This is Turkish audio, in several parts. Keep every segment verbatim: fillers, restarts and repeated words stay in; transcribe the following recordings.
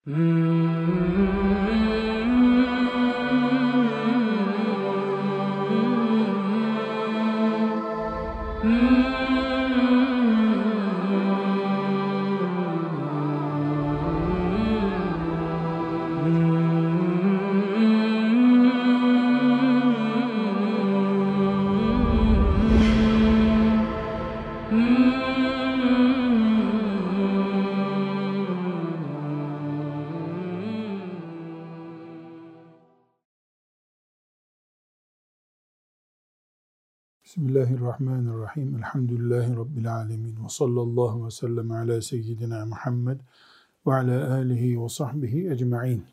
Bismillahirrahmanirrahim. Elhamdülillahi Rabbil alemin. Ve sallallahu ve sellem ala seyyidina Muhammed ve ala alihi ve sahbihi ecma'in.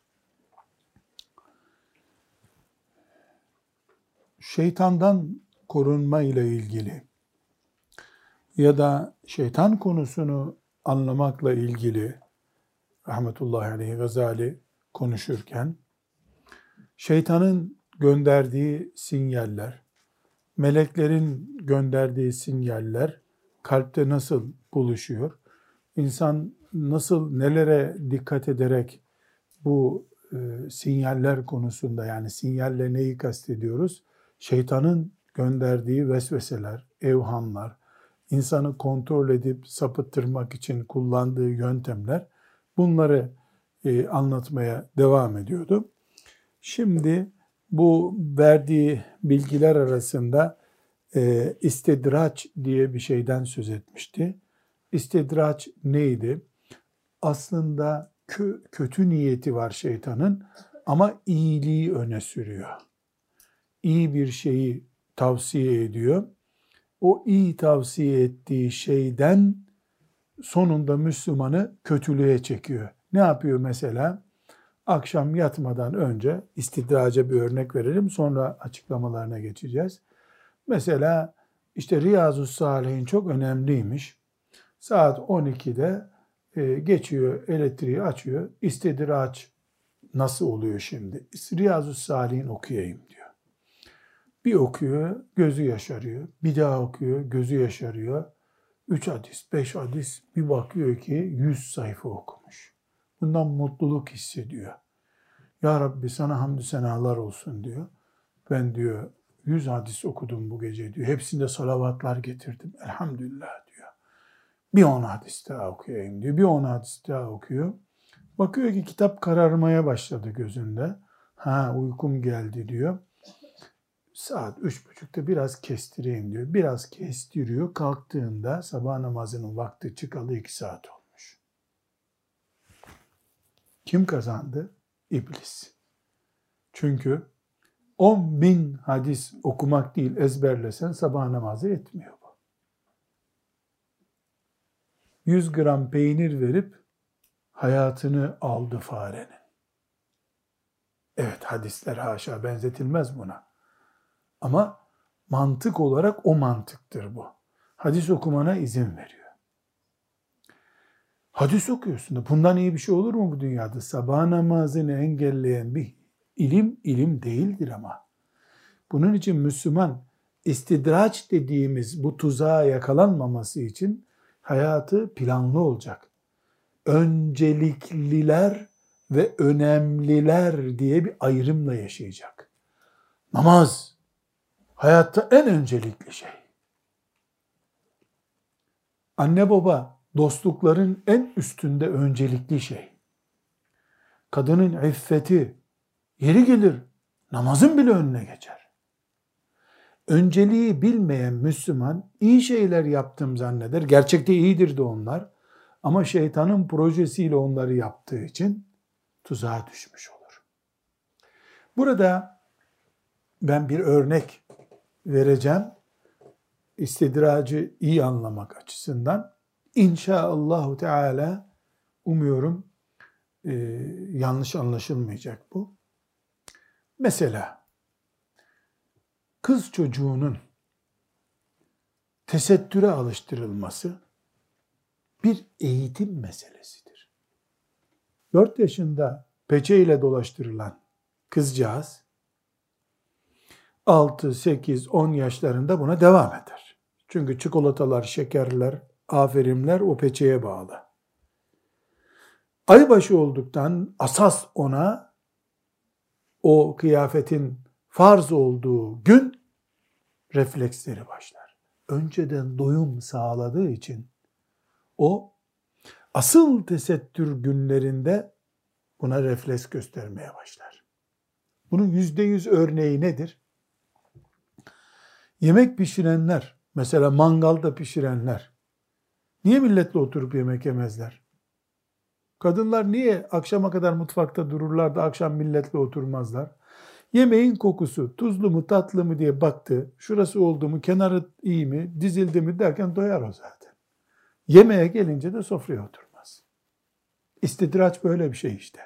Şeytandan korunma ile ilgili ya da şeytan konusunu anlamakla ilgili rahmetullahi aleyhi Gazali konuşurken şeytanın gönderdiği sinyaller, meleklerin gönderdiği sinyaller kalpte nasıl buluşuyor? İnsan nasıl, nelere dikkat ederek bu e, sinyaller konusunda, yani sinyalle neyi kastediyoruz? Şeytanın gönderdiği vesveseler, evhamlar, insanı kontrol edip sapıttırmak için kullandığı yöntemler, bunları e, anlatmaya devam ediyordu. Şimdi bu verdiği bilgiler arasında e, istidraç diye bir şeyden söz etmişti. İstidraç neydi? Aslında kö, kötü niyeti var şeytanın ama iyiliği öne sürüyor. İyi bir şeyi tavsiye ediyor. O iyi tavsiye ettiği şeyden sonunda Müslümanı kötülüğe çekiyor. Ne yapıyor mesela? Akşam yatmadan önce istidraca bir örnek verelim, sonra açıklamalarına geçeceğiz. Mesela işte Riyazu's-Salihin çok önemliymiş. Saat on ikide e, geçiyor, elektriği açıyor. İstidraç nasıl oluyor şimdi? Riyazu's-Salihin okuyayım diyor. Bir okuyor, gözü yaşarıyor. Bir daha okuyor, gözü yaşarıyor. Üç hadis, beş hadis, bir bakıyor ki yüz sayfa okumuş. Bundan mutluluk hissediyor. Ya Rabbi sana hamdü senalar olsun diyor. Ben diyor yüz hadis okudum bu gece diyor. Hepsinde salavatlar getirdim. Elhamdülillah diyor. Bir on hadis daha okuyayım diyor. Bir on hadis daha okuyor. Bakıyor ki kitap kararmaya başladı gözünde. Ha uykum geldi diyor. Saat üç buçukta biraz kestireyim diyor. Biraz kestiriyor. Kalktığında sabah namazının vakti çıkalı iki saat olmuş. Kim kazandı? İblis. Çünkü on bin hadis okumak değil, ezberlesen sabah namazı etmiyor bu. yüz gram peynir verip hayatını aldı farenin. Evet, hadisler haşa benzetilmez buna. Ama mantık olarak o mantıktır bu. Hadis okumana izin veriyor. Hadis okuyorsun da bundan iyi bir şey olur mu bu dünyada? Sabah namazını engelleyen bir ilim, ilim değildir ama. Bunun için Müslüman istidraç dediğimiz bu tuzağa yakalanmaması için hayatı planlı olacak. Öncelikliler ve önemliler diye bir ayrımla yaşayacak. Namaz hayatta en öncelikli şey. Anne baba dostlukların en üstünde öncelikli şey. Kadının iffeti yeri gelir namazın bile önüne geçer. Önceliği bilmeyen Müslüman iyi şeyler yaptım zanneder. Gerçekte iyidir de onlar. Ama şeytanın projesiyle onları yaptığı için tuzağa düşmüş olur. Burada ben bir örnek vereceğim. İstidracı iyi anlamak açısından. İnşaallahu Teala umuyorum e, yanlış anlaşılmayacak bu. Mesela kız çocuğunun tesettüre alıştırılması bir eğitim meselesidir. dört yaşında peçeyle dolaştırılan kızcağız altı, sekiz, on yaşlarında buna devam eder. Çünkü çikolatalar, şekerler, aferinler o peçeye bağlı. Aybaşı olduktan asas ona o kıyafetin farz olduğu gün refleksleri başlar. Önceden doyum sağladığı için o asıl tesettür günlerinde buna refleks göstermeye başlar. Bunun yüzde yüz örneği nedir? Yemek pişirenler, mesela mangalda pişirenler, niye milletle oturup yemek yemezler? Kadınlar niye akşama kadar mutfakta dururlar da akşam milletle oturmazlar? Yemeğin kokusu tuzlu mu tatlı mı diye baktı, şurası oldu mu, kenarı iyi mi, dizildi mi derken doyar o zaten. Yemeğe gelince de sofraya oturmaz. İstidraç böyle bir şey işte.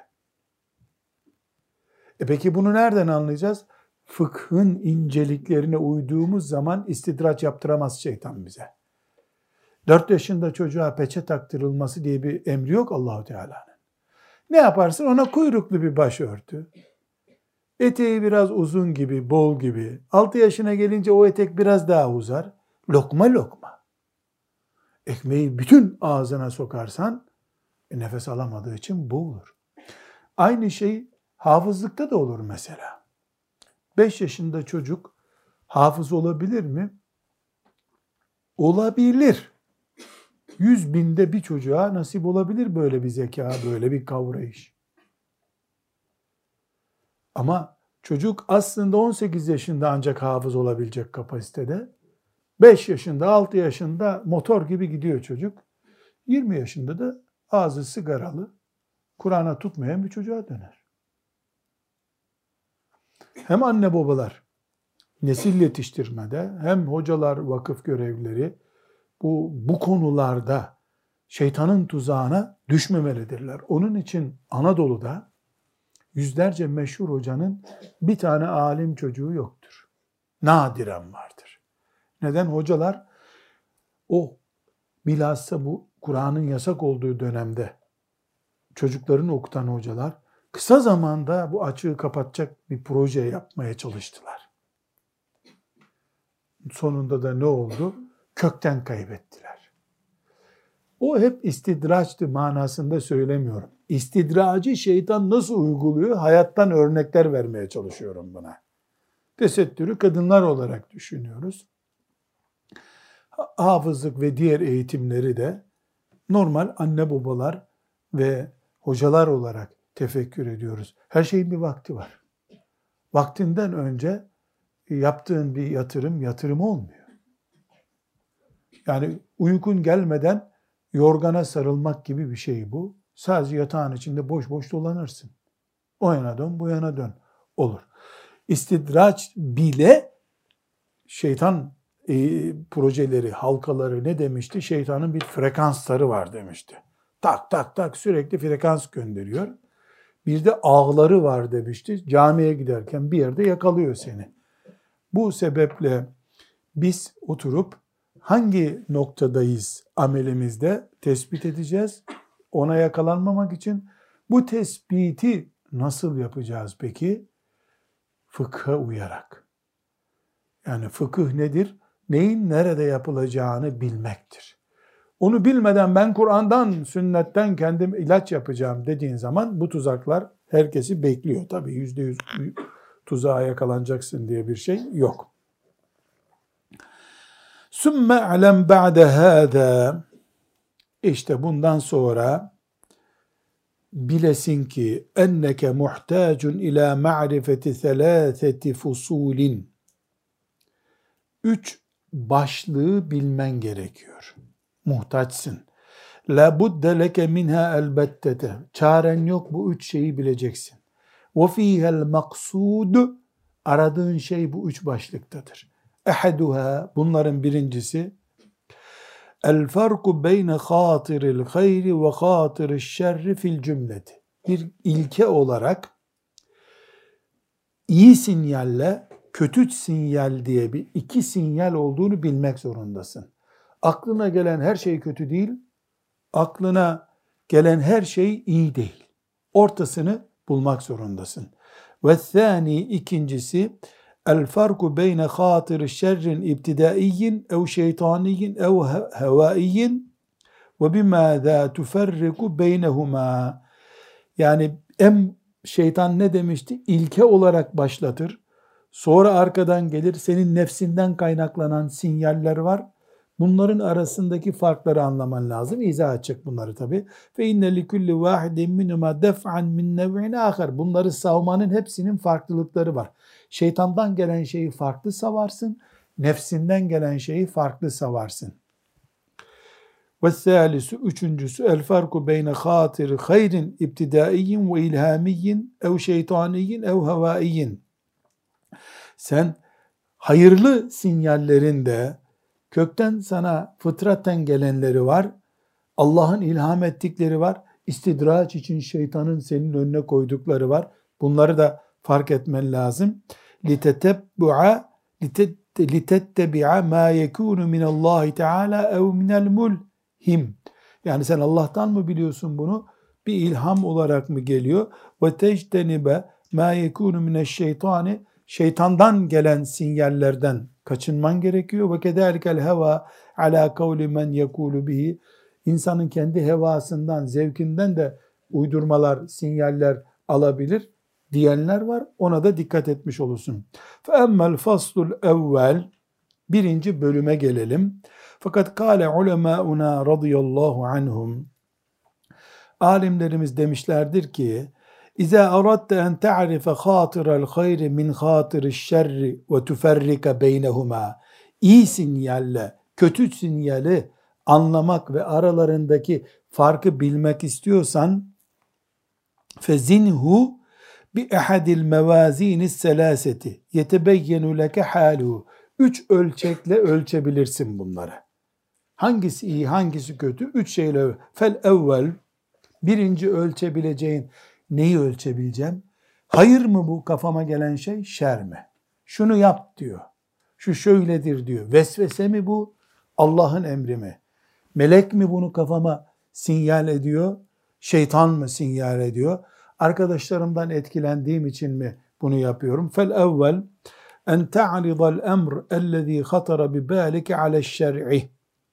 E peki bunu nereden anlayacağız? Fıkhın inceliklerine uyduğumuz zaman istidraç yaptıramaz şeytan bize. Dört yaşında çocuğa peçe taktırılması diye bir emri yok Allah-u Teala'nın. Ne yaparsın? Ona kuyruklu bir başörtü. Eteği biraz uzun gibi, bol gibi. Altı yaşına gelince o etek biraz daha uzar. Lokma lokma. Ekmeği bütün ağzına sokarsan e, nefes alamadığı için boğulur. Aynı şey hafızlıkta da olur mesela. Beş yaşında çocuk hafız olabilir mi? Olabilir. Yüz binde bir çocuğa nasip olabilir böyle bir zeka, böyle bir kavrayış. Ama çocuk aslında on sekiz yaşında ancak hafız olabilecek kapasitede. beş yaşında, altı yaşında motor gibi gidiyor çocuk. yirmi yaşında da ağzı sigaralı, Kur'an'a tutmayan bir çocuğa döner. Hem anne babalar nesil yetiştirmede, hem hocalar, vakıf görevlileri bu, bu konularda şeytanın tuzağına düşmemelidirler. Onun için Anadolu'da yüzlerce meşhur hocanın bir tane alim çocuğu yoktur. Nadiren vardır. Neden? Hocalar o bilhassa bu Kur'an'ın yasak olduğu dönemde çocuklarını okutan hocalar kısa zamanda bu açığı kapatacak bir proje yapmaya çalıştılar. Sonunda da ne oldu? Kökten kaybettiler. O hep istidraçtı manasında söylemiyorum. İstidracı şeytan nasıl uyguluyor? Hayattan örnekler vermeye çalışıyorum buna. Tesettürü kadınlar olarak düşünüyoruz. Hafızlık ve diğer eğitimleri de normal anne babalar ve hocalar olarak tefekkür ediyoruz. Her şeyin bir vakti var. Vaktinden önce yaptığın bir yatırım, yatırım olmuyor. Yani uykun gelmeden yorgana sarılmak gibi bir şey bu. Sadece yatağın içinde boş boş dolanırsın. O yana dön, bu yana dön olur. İstidraç bile şeytan e, projeleri, halkaları ne demişti? Şeytanın bir frekansları var demişti. Tak tak tak sürekli frekans gönderiyor. Bir de ağları var demişti. Camiye giderken bir yerde yakalıyor seni. Bu sebeple biz oturup hangi noktadayız amelimizde tespit edeceğiz. Ona yakalanmamak için bu tespiti nasıl yapacağız peki? Fıkha uyarak. Yani fıkıh nedir? Neyin nerede yapılacağını bilmektir. Onu bilmeden ben Kur'an'dan, sünnetten kendim ilaç yapacağım dediğin zaman bu tuzaklar herkesi bekliyor. Tabii yüzde yüz tuzağa yakalanacaksın diye bir şey yok. Sümme alem ba'de hâdâ. İşte bundan sonra bilesin ki enneke muhtacun ila ma'rifeti thelâtheti fusulin. Üç başlığı bilmen gerekiyor. Muhtaçsın. La budde leke minha elbettete. Çaren yok, bu üç şeyi bileceksin. Ve fîhel maksud. Aradığın şey bu üç başlıktadır. Ehaduha, bunların birincisi el farku beyne hatiril hayri ve hatiril şerri fil cümleti. Bir ilke olarak iyi sinyalle kötü sinyal diye bir iki sinyal olduğunu bilmek zorundasın. Aklına gelen her şey kötü değil, aklına gelen her şey iyi değil. Ortasını bulmak zorundasın. Ve thani, ikincisi el farku beyne hatir şerrin ibtidaiyyin ev şeytaniyyin ev hevaiyin ve bimâzâ tuferriku beynehumâ. Yani en şeytan ne demişti? İlke olarak başlatır. Sonra arkadan gelir. Senin nefsinden kaynaklanan sinyaller var. Bunların arasındaki farkları anlaman lazım. İzah edecek bunları tabi. Fe inne li kulli vahidin minhuma def'an min nev'in ahar. Bunları savmanın hepsinin farklılıkları var. Şeytandan gelen şeyi farklı savarsın. Nefsinden gelen şeyi farklı savarsın. Ve salisu, üçüncüsü, el farku beyne hatiri hayrin ibtidaiyyin ve ilhamiyyin ev şeytaniyyin ev havaiyin. Sen hayırlı sinyallerinde kökten sana fıtraten gelenleri var, Allah'ın ilham ettikleri var, istidraç için şeytanın senin önüne koydukları var. Bunları da fark etmen lazım. لِتَتَبُّعَ لِتَتَّبِعَ مَا يَكُونُ مِنَ اللّٰهِ تَعَالَى اَوْ مِنَ الْمُلْهِمِ. Yani sen Allah'tan mı biliyorsun bunu? Bir ilham olarak mı geliyor? وَتَجْتَنِبَ مَا يَكُونُ مِنَ الشَّيْطَانِ. Şeytandan gelen sinyallerden kaçınman gerekiyor. وَكَذَٰلِكَ الْهَوَى عَلَى قَوْلِ مَنْ يَقُولُ بِهِ. İnsanın kendi hevasından, zevkinden de uydurmalar, sinyaller alabilir diyenler var. Ona da dikkat etmiş olursun. فَأَمَّا الْفَصْلُ الْاَوَّلِ. Birinci bölüme gelelim. Fakat kâle ulemâuna radıyallahu anhum. Alimlerimiz demişlerdir ki, İzâ aradte en ta'rife khâtirel hayri min khâtiril şerri ve tüferrike beynehumâ. İyi sinyalle kötü sinyali anlamak ve aralarındaki farkı bilmek istiyorsan, fezinhu bi ehadil mevâzînis selâseti yetebeyyenu leke hâluhu. Üç ölçekle ölçebilirsin bunları. Hangisi iyi, hangisi kötü? Üç şeyle. Fel evvel, birinci ölçebileceğin, neyi ölçebileceğim? Hayır mı bu kafama gelen şey, şer mi? Şunu yap diyor. Şu şöyledir diyor. Vesvese mi bu? Allah'ın emri mi? Melek mi bunu kafama sinyal ediyor? Şeytan mı sinyal ediyor? Arkadaşlarımdan etkilendiğim için mi bunu yapıyorum? Fel evvel en ta'ridal emr ellezî hatara bi bâlike ale'ş-şer'i.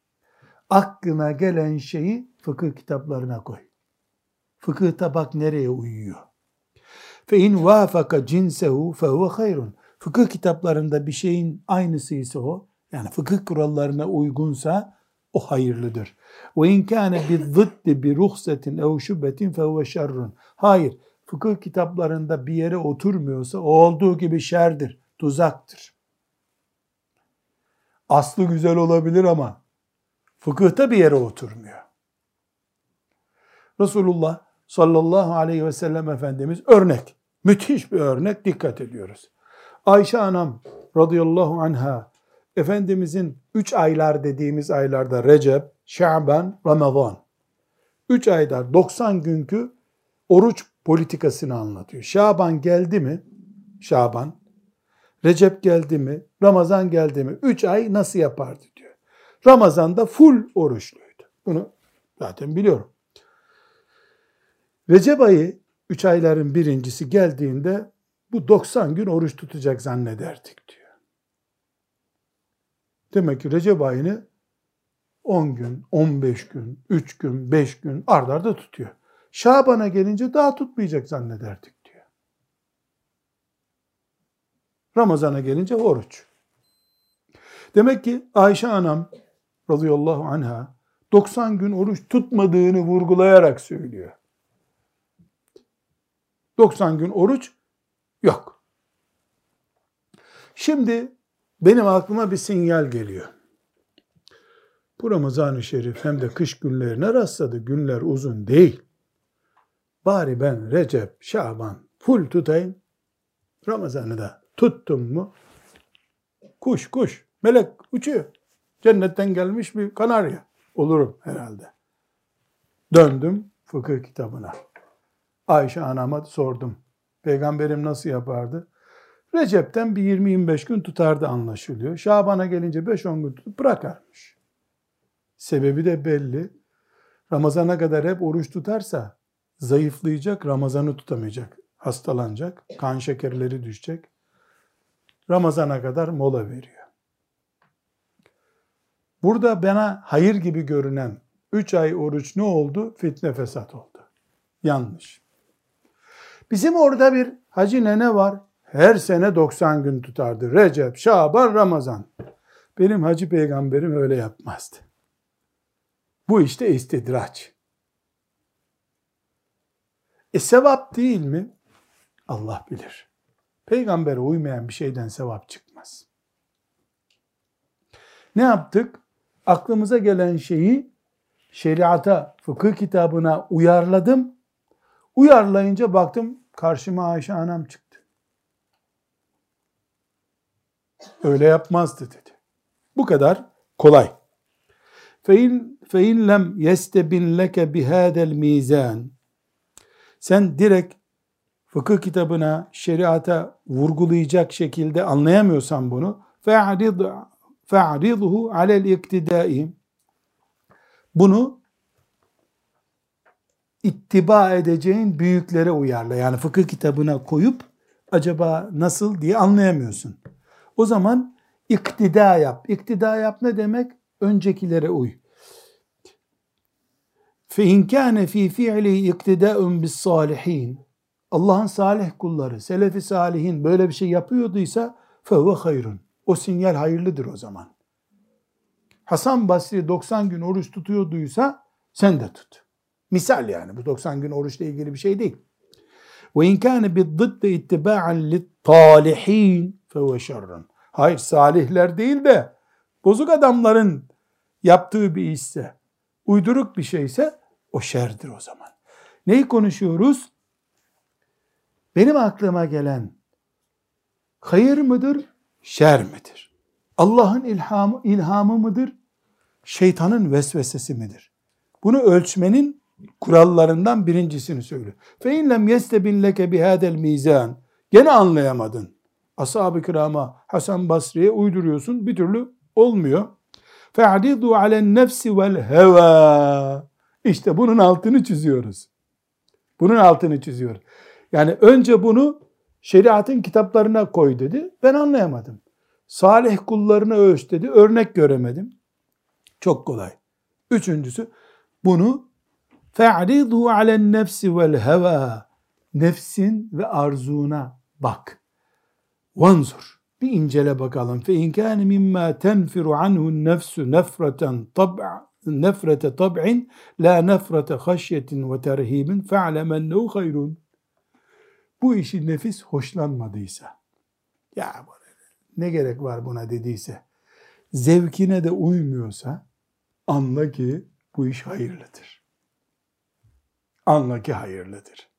Aklına gelen şeyi fıkıh kitaplarına koy. Fıkıhta bak nereye uyuyor. Fe in vâfaka cinsehu fehuve hayrun. Fıkıh kitaplarında bir şeyin aynısıysa o, yani fıkıh kurallarına uygunsa o hayırlıdır. Ve in kâne bizzıddi bi ruhsetin ev şübbetin fehuve şerrun. Hayır, fıkıh kitaplarında bir yere oturmuyorsa o olduğu gibi şerdir, tuzaktır. Aslı güzel olabilir ama fıkıhta bir yere oturmuyor. Resulullah sallallahu aleyhi ve sellem Efendimiz örnek, müthiş bir örnek, dikkat ediyoruz. Ayşe anam radıyallahu anha, Efendimizin üç aylar dediğimiz aylarda Recep, Şaban, Ramazan. Üç ayda doksan günkü oruç politikasını anlatıyor. Şaban geldi mi? Şaban. Recep geldi mi? Ramazan geldi mi? Üç ay nasıl yapardı diyor. Ramazan'da full oruçluydu. Bunu zaten biliyorum. Recep ayı, üç ayların birincisi geldiğinde bu doksan gün oruç tutacak zannederdik diyor. Demek ki Recep ayını on gün, on beş gün, üç gün, beş gün ard arda tutuyor. Şaban'a gelince daha tutmayacak zannederdik diyor. Ramazan'a gelince oruç. Demek ki Ayşe anam radıyallahu anha doksan gün oruç tutmadığını vurgulayarak söylüyor. doksan gün oruç yok. Şimdi benim aklıma bir sinyal geliyor. Bu Ramazan-ı Şerif hem de kış günlerine rastladı. Günler uzun değil. Bari ben Recep, Şaban full tutayım. Ramazan'ı da tuttum mu? Kuş kuş, melek uçuyor. Cennetten gelmiş bir kanarya olurum herhalde. Döndüm fıkıh kitabına. Ayşe anama sordum. Peygamberim nasıl yapardı? Recep'ten bir yirmi yirmi beş gün tutardı anlaşılıyor. Şaban'a gelince beş on gün tutup bırakarmış. Sebebi de belli. Ramazan'a kadar hep oruç tutarsa zayıflayacak, Ramazan'ı tutamayacak. Hastalanacak, kan şekerleri düşecek. Ramazan'a kadar mola veriyor. Burada bana hayır gibi görünen üç ay oruç ne oldu? Fitne fesat oldu. Yanlış. Bizim orada bir hacı nene var. Her sene doksan gün tutardı. Recep, Şaban, Ramazan. Benim hacı peygamberim öyle yapmazdı. Bu işte istidraç. E sevap değil mi? Allah bilir. Peygambere uymayan bir şeyden sevap çıkmaz. Ne yaptık? Aklımıza gelen şeyi şeriata, fıkıh kitabına uyarladım. Uyarlayınca baktım karşıma Ayşe anam çıktı. Öyle yapmazdı dedi. Bu kadar kolay. فَاِنْ فَاِنْ لَمْ يَسْتَبِنْ لَكَ بِهَذَا الْمِيزَانِ Sen direkt fıkıh kitabına, şeriata vurgulayacak şekilde anlayamıyorsan bunu فَاعْرِضْهُ عَلَى الْاِقْتِدَائِ Bunu ittiba edeceğin büyüklere uyarla. Yani fıkıh kitabına koyup acaba nasıl diye anlayamıyorsun. O zaman iktida yap. İktida yap ne demek? Öncekilere uy. فَاِنْ كَانَ ف۪ي فِعْلِهِ اِقْتِدَاءٌ بِالصَّالِح۪ينَ Allah'ın salih kulları, selef-i salihin böyle bir şey yapıyorduysa فَهُوَ خَيْرٌ O sinyal hayırlıdır o zaman. Hasan Basri doksan gün oruç tutuyorduysa sen de tut. Misal yani bu doksan gün oruçla ilgili bir şey değil. وَاِنْ كَانَ بِالضِّدِّ اِتِّبَاعًا لِلطَّالِح۪ينَ فَهُوَ شَرٌ Hayır, salihler değil de bozuk adamların yaptığı bir işse, uyduruk bir şeyse o şerdir o zaman. Neyi konuşuyoruz? Benim aklıma gelen hayır mıdır, şer midir? Allah'ın ilhamı, ilhamı mıdır, şeytanın vesvesesi midir? Bunu ölçmenin kurallarından birincisini söylüyor. فَاِنْ لَمْ يَسْتَبِنْ لَكَ بِهَذَا الْمِيزَانِ Gene anlayamadın. Ashab-ı kirama, Hasan Basri'ye uyduruyorsun, bir türlü olmuyor. فَاعْرِضُوا عَلَى النَّفْسِ وَالْهَوَى İşte bunun altını çiziyoruz. Bunun altını çiziyoruz. Yani önce bunu şeriatın kitaplarına koy dedi. Ben anlayamadım. Salih kullarına ölç dedi. Örnek göremedim. Çok kolay. Üçüncüsü bunu فَاعْرِضُوا عَلَى النَّفْسِ وَالْهَوَى Nefsin ve arzuna bak. Vanzur. Bir incele bakalım. فَاِنْ كَانَ مِمَّا تَنْفِرُ عَنْهُ النَّفْسُ نَفْرَةً طَبْعًا nefrete tab'in la nefrete haşyetin ve terhibin fe'lem ennehu hayrun. Bu işi nefis hoşlanmadıysa, ya ne gerek var buna dediyse, zevkine de uymuyorsa, anla ki bu iş hayırlıdır. Anla ki hayırlıdır.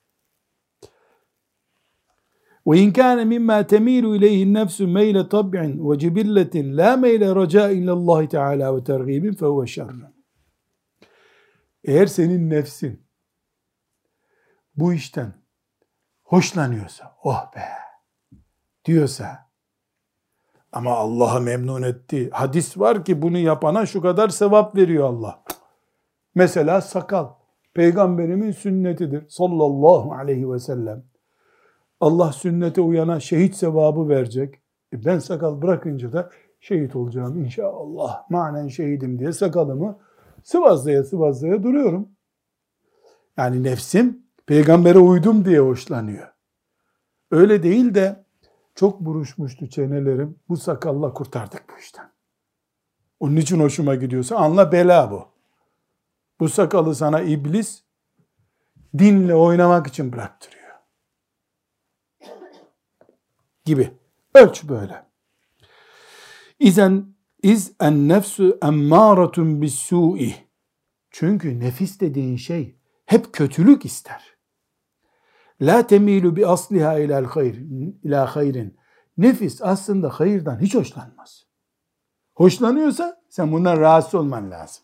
وَاِنْ كَانَ مِمَّا تَمِيلُ اِلَيْهِ النَّفْسُ مَيْلَ طَبْعٍ وَجِبِلَّةٍ لَا مَيْلَ رَجَاءٍ لَلّٰهِ تَعَالَى وَتَرْغِيبٍ فَهُوَ شَرٌ Eğer senin nefsin bu işten hoşlanıyorsa, oh be diyorsa, ama Allah'ı memnun etti, hadis var ki bunu yapana şu kadar sevap veriyor Allah. Mesela sakal, Peygamberimin sünnetidir sallallahu aleyhi ve sellem. Allah sünnete uyana şehit sevabı verecek. E ben sakal bırakınca da şehit olacağım inşallah. Manen şehidim diye sakalımı sıvazlaya sıvazlaya duruyorum. Yani nefsim peygambere uydum diye hoşlanıyor. Öyle değil de çok buruşmuştu çenelerim. Bu sakalla kurtardık bu işten. Onun için hoşuma gidiyorsa anla bela bu. Bu sakalı sana iblis dinle oynamak için bıraktırıyor. Gibi. Ölç böyle. İzen iz en nefsu emmâratun bis-sû'i. Çünkü nefis dediğin şey hep kötülük ister. La temilu bi asliha ila'l hayr, ila hayrin. Nefis aslında hayırdan hiç hoşlanmaz. Hoşlanıyorsa sen bundan rahatsız olman lazım.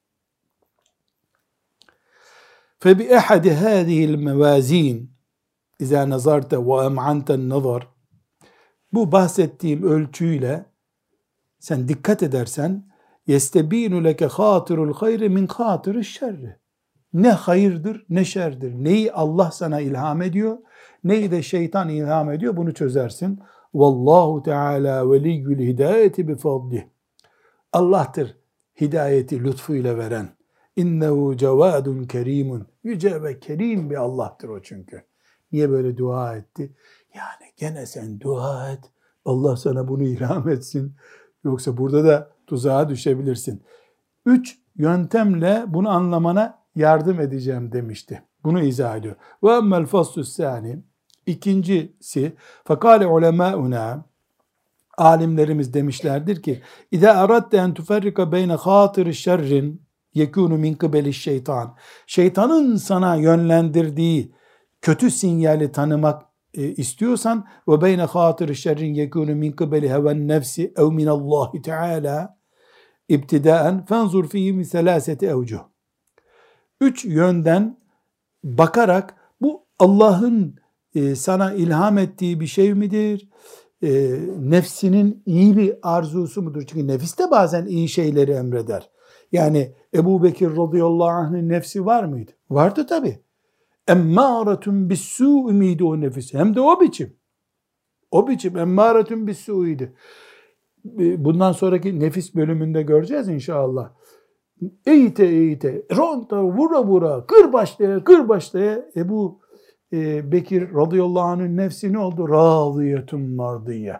Fe bi ahadi hadihi'l mevazin iza nazarta ve em'anta'n nazar. Bu bahsettiğim ölçüyle sen dikkat edersen yestebinu leke hatirul hayri min hatiriş şerri. Ne hayırdır ne şerdir. Neyi Allah sana ilham ediyor, neyi de şeytan ilham ediyor, bunu çözersin. Vallahu Teala veliyyül hidayeti bi fadlih. Allah'tır hidayeti lütfuyla veren. İnnehu cevadun kerimun. Yüce ve kerim bir Allah'tır o çünkü. Niye böyle dua etti? Yani gene sen dua et. Allah sana bunu ilham etsin. Yoksa burada da tuzağa düşebilirsin. Üç yöntemle bunu anlamana yardım edeceğim demişti. Bunu izah ediyor. Ve emmel faslu sani. İkincisi, fekale ulemâuna, alimlerimiz demişlerdir ki, İzâ aradte en tuferrika beyne hâtır şerrin yekûnu min kıbeli şeytan. Şeytanın sana yönlendirdiği kötü sinyali tanımak e, istiyorsan ve beyne hâtır şerrin yekûnu min kıbeli heven nefsi ev minallahi teâlâ İbtidaen fenzur fihi min selaseti evcuh. Üç yönden bakarak bu Allah'ın e, sana ilham ettiği bir şey midir? E, nefsinin iyi bir arzusu mudur? Çünkü nefis de bazen iyi şeyleri emreder. Yani Ebu Bekir radıyallahu anh'ın nefsi var mıydı? Vardı tabi. Emmâretun bis-sû miydi o nefis? Hem de o biçim. O biçim emmâretun bis-sû'ydu. Bundan sonraki nefis bölümünde göreceğiz inşallah. Eğite eğite, ronta, vura vura, kır başlaya, kır başlaya Ebu e, Bekir radıyallahu anh'ın nefsi ne oldu? Râziyetun mardiyye.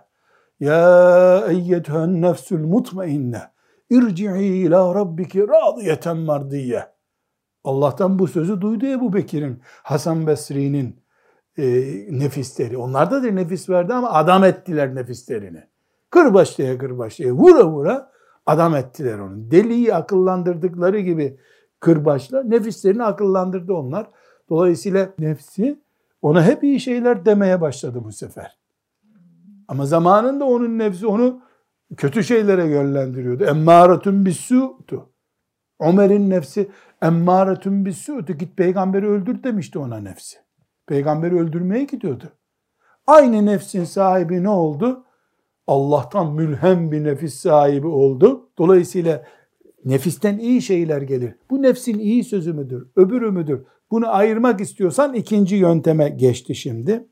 Ya eyyetühen nefsül mutmainne, irci'i ila rabbiki râziyeten mardiyye. Allah'tan bu sözü duydu Ebu Bekir'in, Hasan Basri'nin e, nefisleri. Onlar da bir nefis verdi ama adam ettiler nefislerini. Kırbaçlaya kırbaçlaya, vura vura adam ettiler onu. Deliyi akıllandırdıkları gibi kırbaçla nefislerini akıllandırdı onlar. Dolayısıyla nefsi ona hep iyi şeyler demeye başladı bu sefer. Ama zamanında onun nefsi onu kötü şeylere yönlendiriyordu. Emmâretun bis-sû'tu. Ömer'in nefsi emmâretun bis-sû'tu. Git peygamberi öldür demişti ona nefsi. Peygamberi öldürmeye gidiyordu. Aynı nefsin sahibi ne oldu? Allah'tan mülhem bir nefis sahibi oldu. Dolayısıyla nefisten iyi şeyler gelir. Bu nefsin iyi sözü müdür, öbürü müdür? Bunu ayırmak istiyorsan ikinci yönteme geçti şimdi.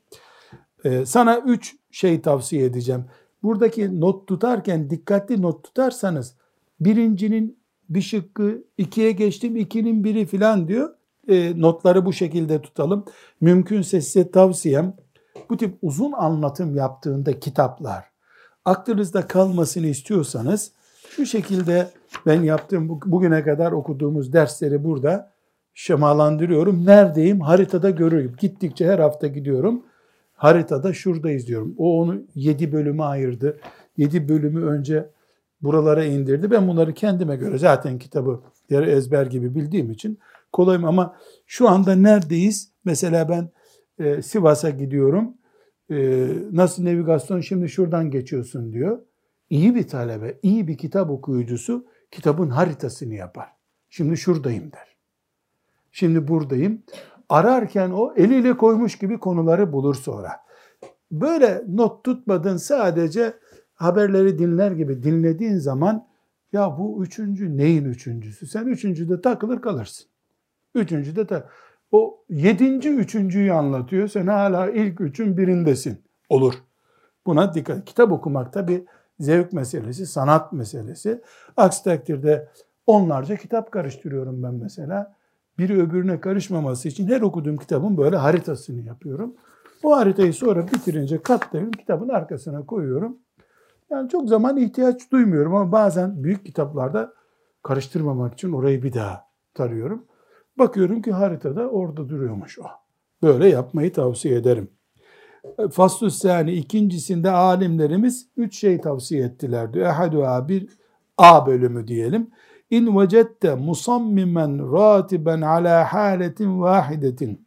Ee, sana üç şey tavsiye edeceğim. Buradaki not tutarken dikkatli not tutarsanız birincinin bir şıkkı, ikiye geçtim, ikinin biri filan diyor. Ee, notları bu şekilde tutalım. Mümkünse size tavsiyem bu tip uzun anlatım yaptığında kitaplar, aklınızda kalmasını istiyorsanız şu şekilde ben yaptığım bugüne kadar okuduğumuz dersleri burada şemalandırıyorum. Neredeyim? Haritada görüyorum. Gittikçe her hafta gidiyorum. Haritada şuradayız diyorum. O onu yedi bölüme ayırdı. Yedi bölümü önce buralara indirdi. Ben bunları kendime göre zaten kitabı yarı ezber gibi bildiğim için kolayım ama şu anda neredeyiz? Mesela ben e, Sivas'a gidiyorum. Ee, nasıl navigasyon şimdi şuradan geçiyorsun diyor. İyi bir talebe, iyi bir kitap okuyucusu kitabın haritasını yapar. Şimdi şuradayım der. Şimdi buradayım. Ararken o eliyle koymuş gibi konuları bulur sonra. Böyle not tutmadın, sadece haberleri dinler gibi dinlediğin zaman ya bu üçüncü neyin üçüncüsü? Sen üçüncüde takılır kalırsın. Üçüncüde de o yedinci üçüncüyü anlatıyor. Sen hala ilk üçün birindesin. Olur. Buna dikkat. Kitap okumak tabii zevk meselesi, sanat meselesi. Aksi takdirde onlarca kitap karıştırıyorum ben mesela. Biri öbürüne karışmaması için her okuduğum kitabın böyle haritasını yapıyorum. O haritayı sonra bitirince katlayıp kitabın arkasına koyuyorum. Yani çok zaman ihtiyaç duymuyorum ama bazen büyük kitaplarda karıştırmamak için orayı bir daha tarıyorum. Bakıyorum ki haritada orada duruyormuş o. Böyle yapmayı tavsiye ederim. Fasl-ı Sani ikincisinde alimlerimiz üç şey tavsiye ettiler diyor. Ehaduha bir A bölümü diyelim. İn vecette musammimen ratiben ala haletin vahidetin.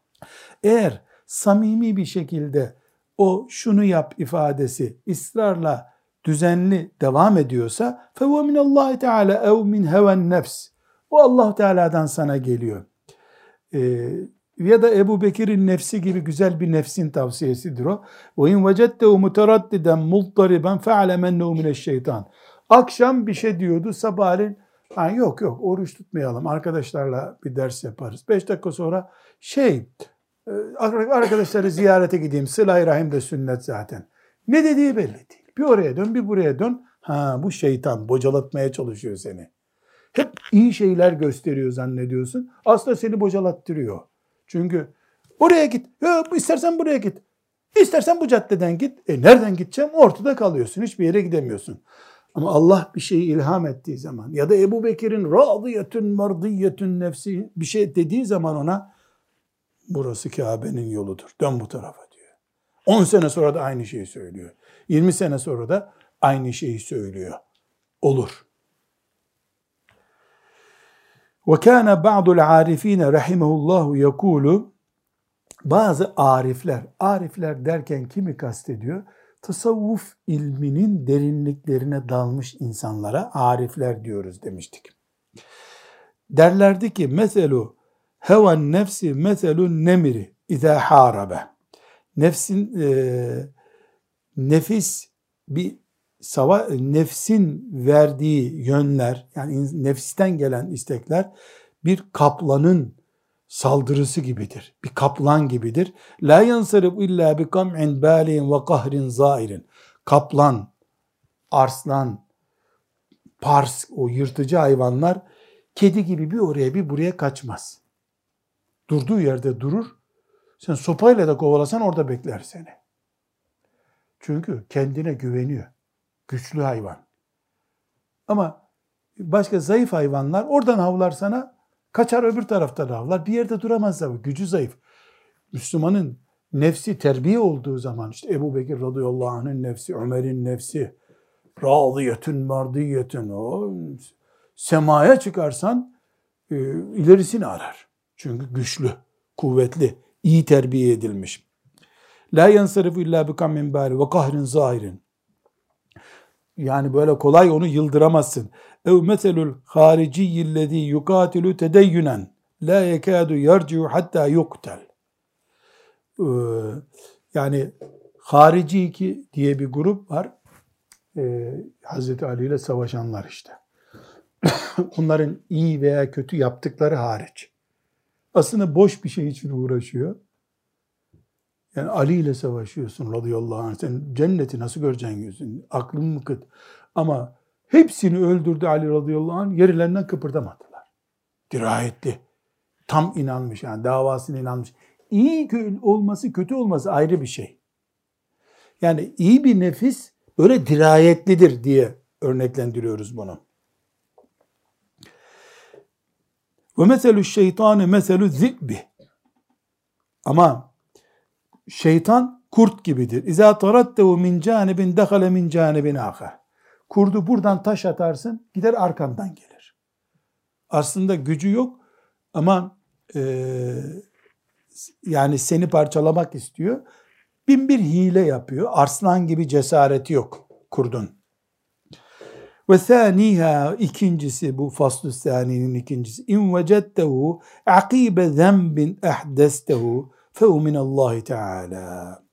Eğer samimi bir şekilde o şunu yap ifadesi ısrarla düzenli devam ediyorsa fehuve minallahi teala ev min heven nefs. O Allah Teala'dan sana geliyor. Ee, ya da Ebu Bekir'in nefsi gibi güzel bir nefsin tavsiyesidir o. Ve in vecettehu muteraddiden multariben fe'alem ennehu mineşşeytan. Akşam bir şey diyordu, sabahleyin ha, yok yok oruç tutmayalım, arkadaşlarla bir ders yaparız. Beş dakika sonra şey arkadaşları ziyarete gideyim, sıla-i rahim de sünnet zaten. Ne dediği belli değil. Bir oraya dön, bir buraya dön. Ha, bu şeytan bocalatmaya çalışıyor seni. Hep iyi şeyler gösteriyor zannediyorsun. Aslında seni bocalattırıyor. Çünkü Oraya git. Yok, istersen buraya git. İstersen bu caddeden git. E nereden gideceğim? Ortada kalıyorsun. Hiçbir yere gidemiyorsun. Ama Allah bir şeyi ilham ettiği zaman ya da Ebu Bekir'in radiyetün mardiyetün nefsi bir şey dediği zaman ona burası Kabe'nin yoludur. Dön bu tarafa diyor. on sene sonra da aynı şeyi söylüyor. yirmi sene sonra da aynı şeyi söylüyor. Olur. وَكَانَ بَعْضُ الْعَارِف۪ينَ رَحِمَهُ اللّٰهُ يَقُولُ Bazı arifler, arifler derken kimi kastediyor? Tasavvuf ilminin derinliklerine dalmış insanlara arifler diyoruz demiştik. Derlerdi ki, meselu hevan nefsi meselun nemiri izâ hârabe. Nefsin, e, nefis bir sava, nefsin verdiği yönler, yani nefisten gelen istekler bir kaplanın saldırısı gibidir. Bir kaplan gibidir. La yansarif illa bi kam'in bâli'in ve kahrin zâirin. Kaplan, arslan, pars, o yırtıcı hayvanlar kedi gibi bir oraya bir buraya kaçmaz. Durduğu yerde durur. Sen sopayla da kovalasan orada bekler seni. Çünkü kendine güveniyor. Güçlü hayvan. Ama başka zayıf hayvanlar oradan havlar sana, kaçar öbür taraftan havlar. Bir yerde duramaz tabii. Gücü zayıf. Müslümanın nefsi terbiye olduğu zaman, işte Ebu Bekir radıyallahu anh'ın nefsi, Ömer'in nefsi, radiyetün mardiyetün, o semaya çıkarsan e, ilerisini arar. Çünkü güçlü, kuvvetli, iyi terbiye edilmiş. La yansarifu illa bi kammin bari ve kahrin zahirin. Yani böyle kolay onu yıldıramazsın. Ev meselul hariciyyillezî yukâtilü tedeyyünen la yekâdu yerci'u hattâ yuktel. Ee, yani harici ki diye bir grup var. Ee, Hazreti Ali ile savaşanlar işte. Onların iyi veya kötü yaptıkları hariç. Aslında boş bir şey için uğraşıyor. Yani Ali ile savaşıyorsun radıyallahu anh. Sen cenneti nasıl göreceksin yüzün? Aklın mı kıt? Ama hepsini öldürdü Ali radıyallahu anh. Yerlerinden kıpırdamadılar. Dirayetli. Tam inanmış yani. Davasına inanmış. İyi olması, kötü olması ayrı bir şey. Yani iyi bir nefis böyle dirayetlidir diye örneklendiriyoruz bunu. Ve meselü şeytanı meselü zibbi. Ama şeytan kurt gibidir. İzâ tarattehu min canibin dehale min canibin âkhar. Kurdu buradan taş atarsın, gider arkandan gelir. Aslında gücü yok ama e, yani seni parçalamak istiyor. Bin bir hile yapıyor. Arslan gibi cesareti yok kurdun. Ve thâniha, ikincisi, bu fasl-ı thâninin ikincisi. İn vecedtehu akîbe zenbin ehdestehu fehu minallahi teâlâ.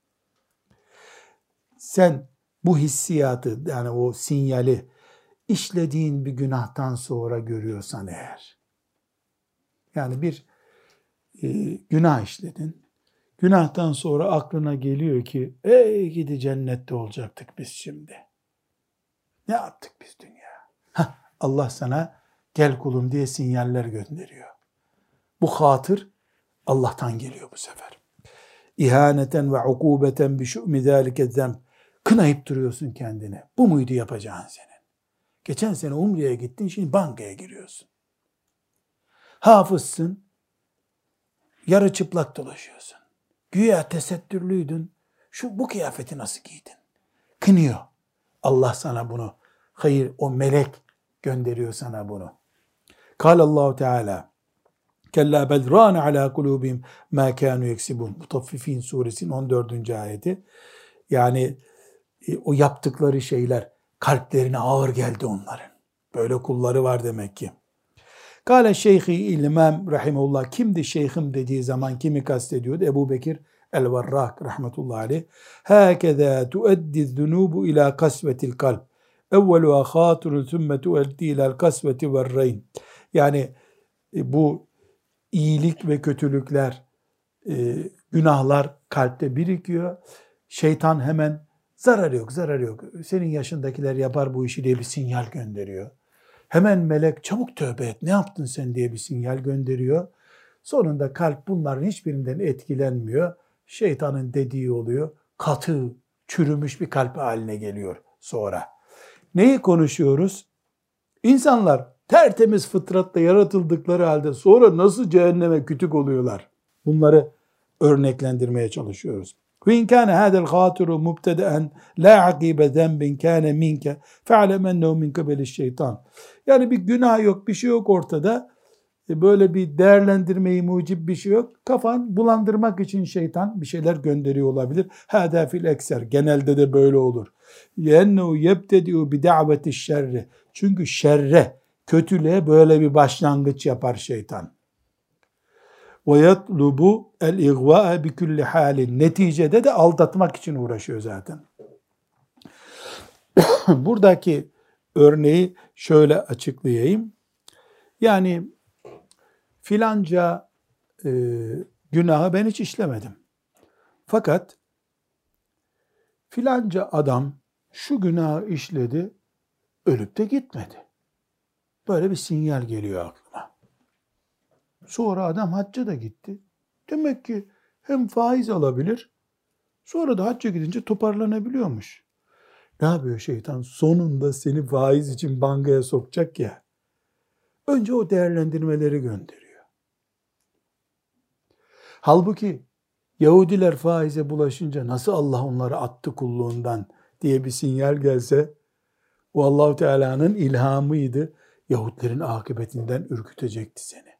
Sen bu hissiyatı, yani o sinyali işlediğin bir günahtan sonra görüyorsan eğer, yani bir e, günah işledin, günahtan sonra aklına geliyor ki ey gidi cennette olacaktık biz şimdi. Ne yaptık biz dünya? Hah, Allah sana gel kulum diye sinyaller gönderiyor. Bu hatır Allah'tan geliyor bu sefer. İhaneten ve ukubeten bi şu'mi zâlike zemb. Kınayıp duruyorsun kendini. Bu muydu yapacağın senin? Geçen sene Umre'ye gittin, şimdi bankaya giriyorsun. Hafızsın, yarı çıplak dolaşıyorsun. Güya tesettürlüydün, şu bu kıyafeti nasıl giydin? Kınıyor. Allah sana bunu, hayır o melek gönderiyor sana bunu. Kâlallahu Teala, Kella bel râne alâ kulûbihim mâ kânû yeksibûn. Mutaffifin suresinin on dördüncü ayeti. Yani e, o yaptıkları şeyler kalplerine ağır geldi onların. Böyle kulları var demek ki. Kâle şeyhi İmam rahimehullah, kimdi şeyhim dediği zaman kimi kastediyordu? Ebu Bekir el-Varrak rahmetullahi aleyh. Hâkezâ tueddi zunûbu ilâ kasvetil kalb. Evveluha khâturun sümme tueddi ilâ kasveti verreyn. Yani e, bu iyilik ve kötülükler, e, günahlar kalpte birikiyor. Şeytan hemen zararı yok, zararı yok. Senin yaşındakiler yapar bu işi diye bir sinyal gönderiyor. Hemen melek çabuk tövbe et, ne yaptın sen diye bir sinyal gönderiyor. Sonunda kalp bunların hiçbirinden etkilenmiyor. Şeytanın dediği oluyor. Katı, çürümüş bir kalp haline geliyor sonra. Neyi konuşuyoruz? İnsanlar tertemiz fıtratla yaratıldıkları halde sonra nasıl cehenneme kütük oluyorlar? Bunları örneklendirmeye çalışıyoruz. وَاِنْ كَانَ هَذَا الْخَاطِرُ مُبْتَدَأً لَا عَقِيبَ ذَنْبٍ كَانَ مِنْكَ فَعْلَمْ اَنَّهُ مِنْ قَبَلِ الشَّيْطَانِ. Yani bir günah yok, bir şey yok ortada. Böyle bir değerlendirmeyi mucib bir şey yok. Kafan bulandırmak için şeytan bir şeyler gönderiyor olabilir. هَذَا فِي الْاَكْسَرِ. Genelde de böyle olur. يَنَّهُ يَبْتَدِعُ بِدَعْوَةِ الشَّرِّ. Çünkü şerre, kötülüğe böyle bir başlangıç yapar şeytan. وَيَطْلُبُ الْاِغْوَاءَ بِكُلِّ حَالٍ. Neticede de aldatmak için uğraşıyor zaten. Buradaki örneği şöyle açıklayayım. Yani filanca e, günahı ben hiç işlemedim. Fakat filanca adam şu günahı işledi, ölüp de gitmedi. Böyle bir sinyal geliyor aklıma. Sonra adam hacca da gitti. Demek ki hem faiz alabilir, sonra da hacca gidince toparlanabiliyormuş. Ne yapıyor şeytan? Sonunda seni faiz için bankaya sokacak ya. Önce o değerlendirmeleri gönderiyor. Halbuki Yahudiler faize bulaşınca nasıl Allah onları attı kulluğundan diye bir sinyal gelse, o Allah-u Teala'nın ilhamıydı. Yahudilerin akıbetinden ürkütecekti seni.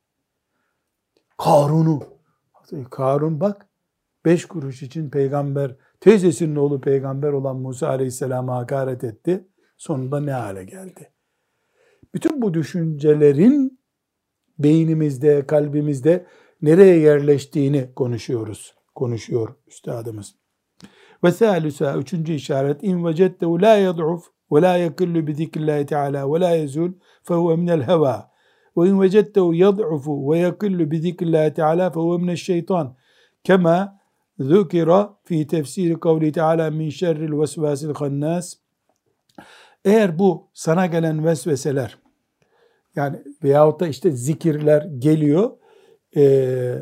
Karun'u, Karun bak, beş kuruş için peygamber, teyzesinin oğlu peygamber olan Musa Aleyhisselam'a hakaret etti. Sonunda ne hale geldi? Bütün bu düşüncelerin beynimizde, kalbimizde nereye yerleştiğini konuşuyoruz. Konuşuyor üstadımız. Ve thâlüsâ, üçüncü işaret, in vecedtehu lâ yad'uf ve lâ yekillu bi zikrillahi teâlâ ve lâ yezûl fehuve minel hevâ. Ve in vecedtehu yad'ufu ve yekillu bi zikrillahi teâlâ fehuve mineşşeytan. Kema zükira fi tefsiri kavli teâlâ min şerril vesvâsil hannâs. Eğer bu sana gelen vesveseler, yani veyahut da işte zikirler geliyor, ee,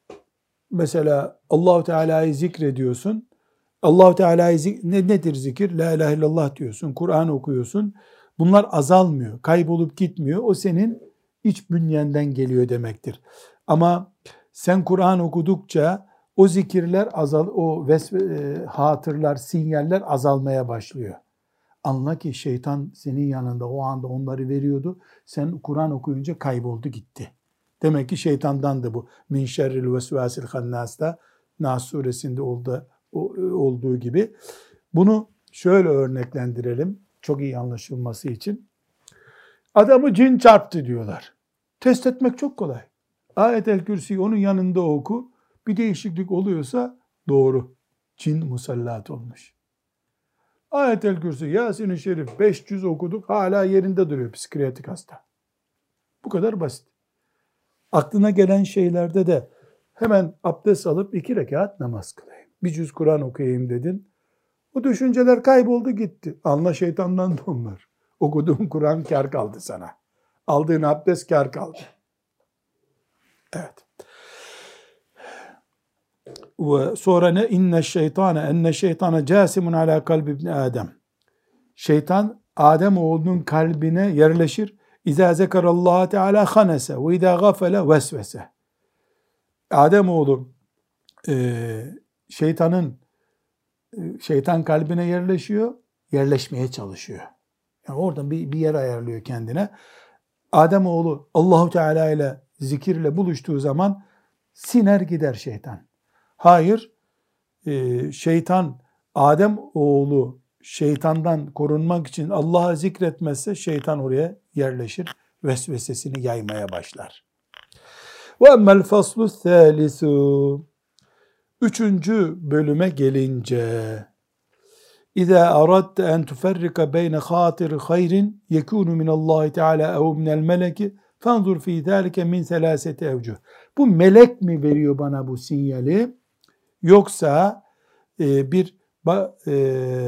mesela Allah-u Teala'yı zikrediyorsun. Allah-u Teala'yı zik- ne, nedir zikir? La ilahe illallah diyorsun, Kur'an okuyorsun. Bunlar azalmıyor, kaybolup gitmiyor. O senin iç bünyenden geliyor demektir. Ama sen Kur'an okudukça o zikirler azal, o vesve, e, hatırlar, sinyaller azalmaya başlıyor. Anla ki şeytan senin yanında o anda onları veriyordu. Sen Kur'an okuyunca kayboldu gitti. Demek ki şeytandan da bu. Min şerril vesvasil hannas'ta Nas suresinde oldu, olduğu gibi. Bunu şöyle örneklendirelim. Çok iyi anlaşılması için. Adamı cin çarptı diyorlar. Test etmek çok kolay. Ayet-el Kürsi'yi onun yanında oku. Bir değişiklik oluyorsa doğru. Cin musallat olmuş. Ayet-el Kürsi, Yasin-i Şerif beş yüz okuduk, hala yerinde duruyor psikiyatrik hasta. Bu kadar basit. Aklına gelen şeylerde de hemen abdest alıp iki rekat namaz kılayım, bir cüz Kur'an okuyayım dedin. Bu düşünceler kayboldu gitti. Anla şeytandan da onlar. Okuduğun Kur'an kâr kaldı sana. Aldığın abdest kâr kaldı. Evet. Ve sonra ne? İnne şeytane enne şeytane casimun ala kalbi ibn Adem. Şeytan Adem oğlunun kalbine yerleşir. İza zekarallaha teala khanese ve iza gafele vesvese. Adem oğlu e, şeytanın e, şeytan kalbine yerleşiyor, yerleşmeye çalışıyor. Yani oradan bir, bir yer ayarlıyor kendine. Adem oğlu Allahu Teala ile zikirle buluştuğu zaman siner gider şeytan. Hayır, e, şeytan, Adem oğlu şeytandan korunmak için Allah'ı zikretmezse şeytan oraya yerleşir, vesvesesini yaymaya başlar. Ve emmel faslu thâlisu. Üçüncü bölüme gelince, İzâ aradte en tuferrika beyne khâtiri hayrin yekûnu minallâhi teâlâ ev minel meleki fanzur fî zâlike min selâseti evcuh. Bu melek mi veriyor bana bu sinyali? Yoksa e, bir e,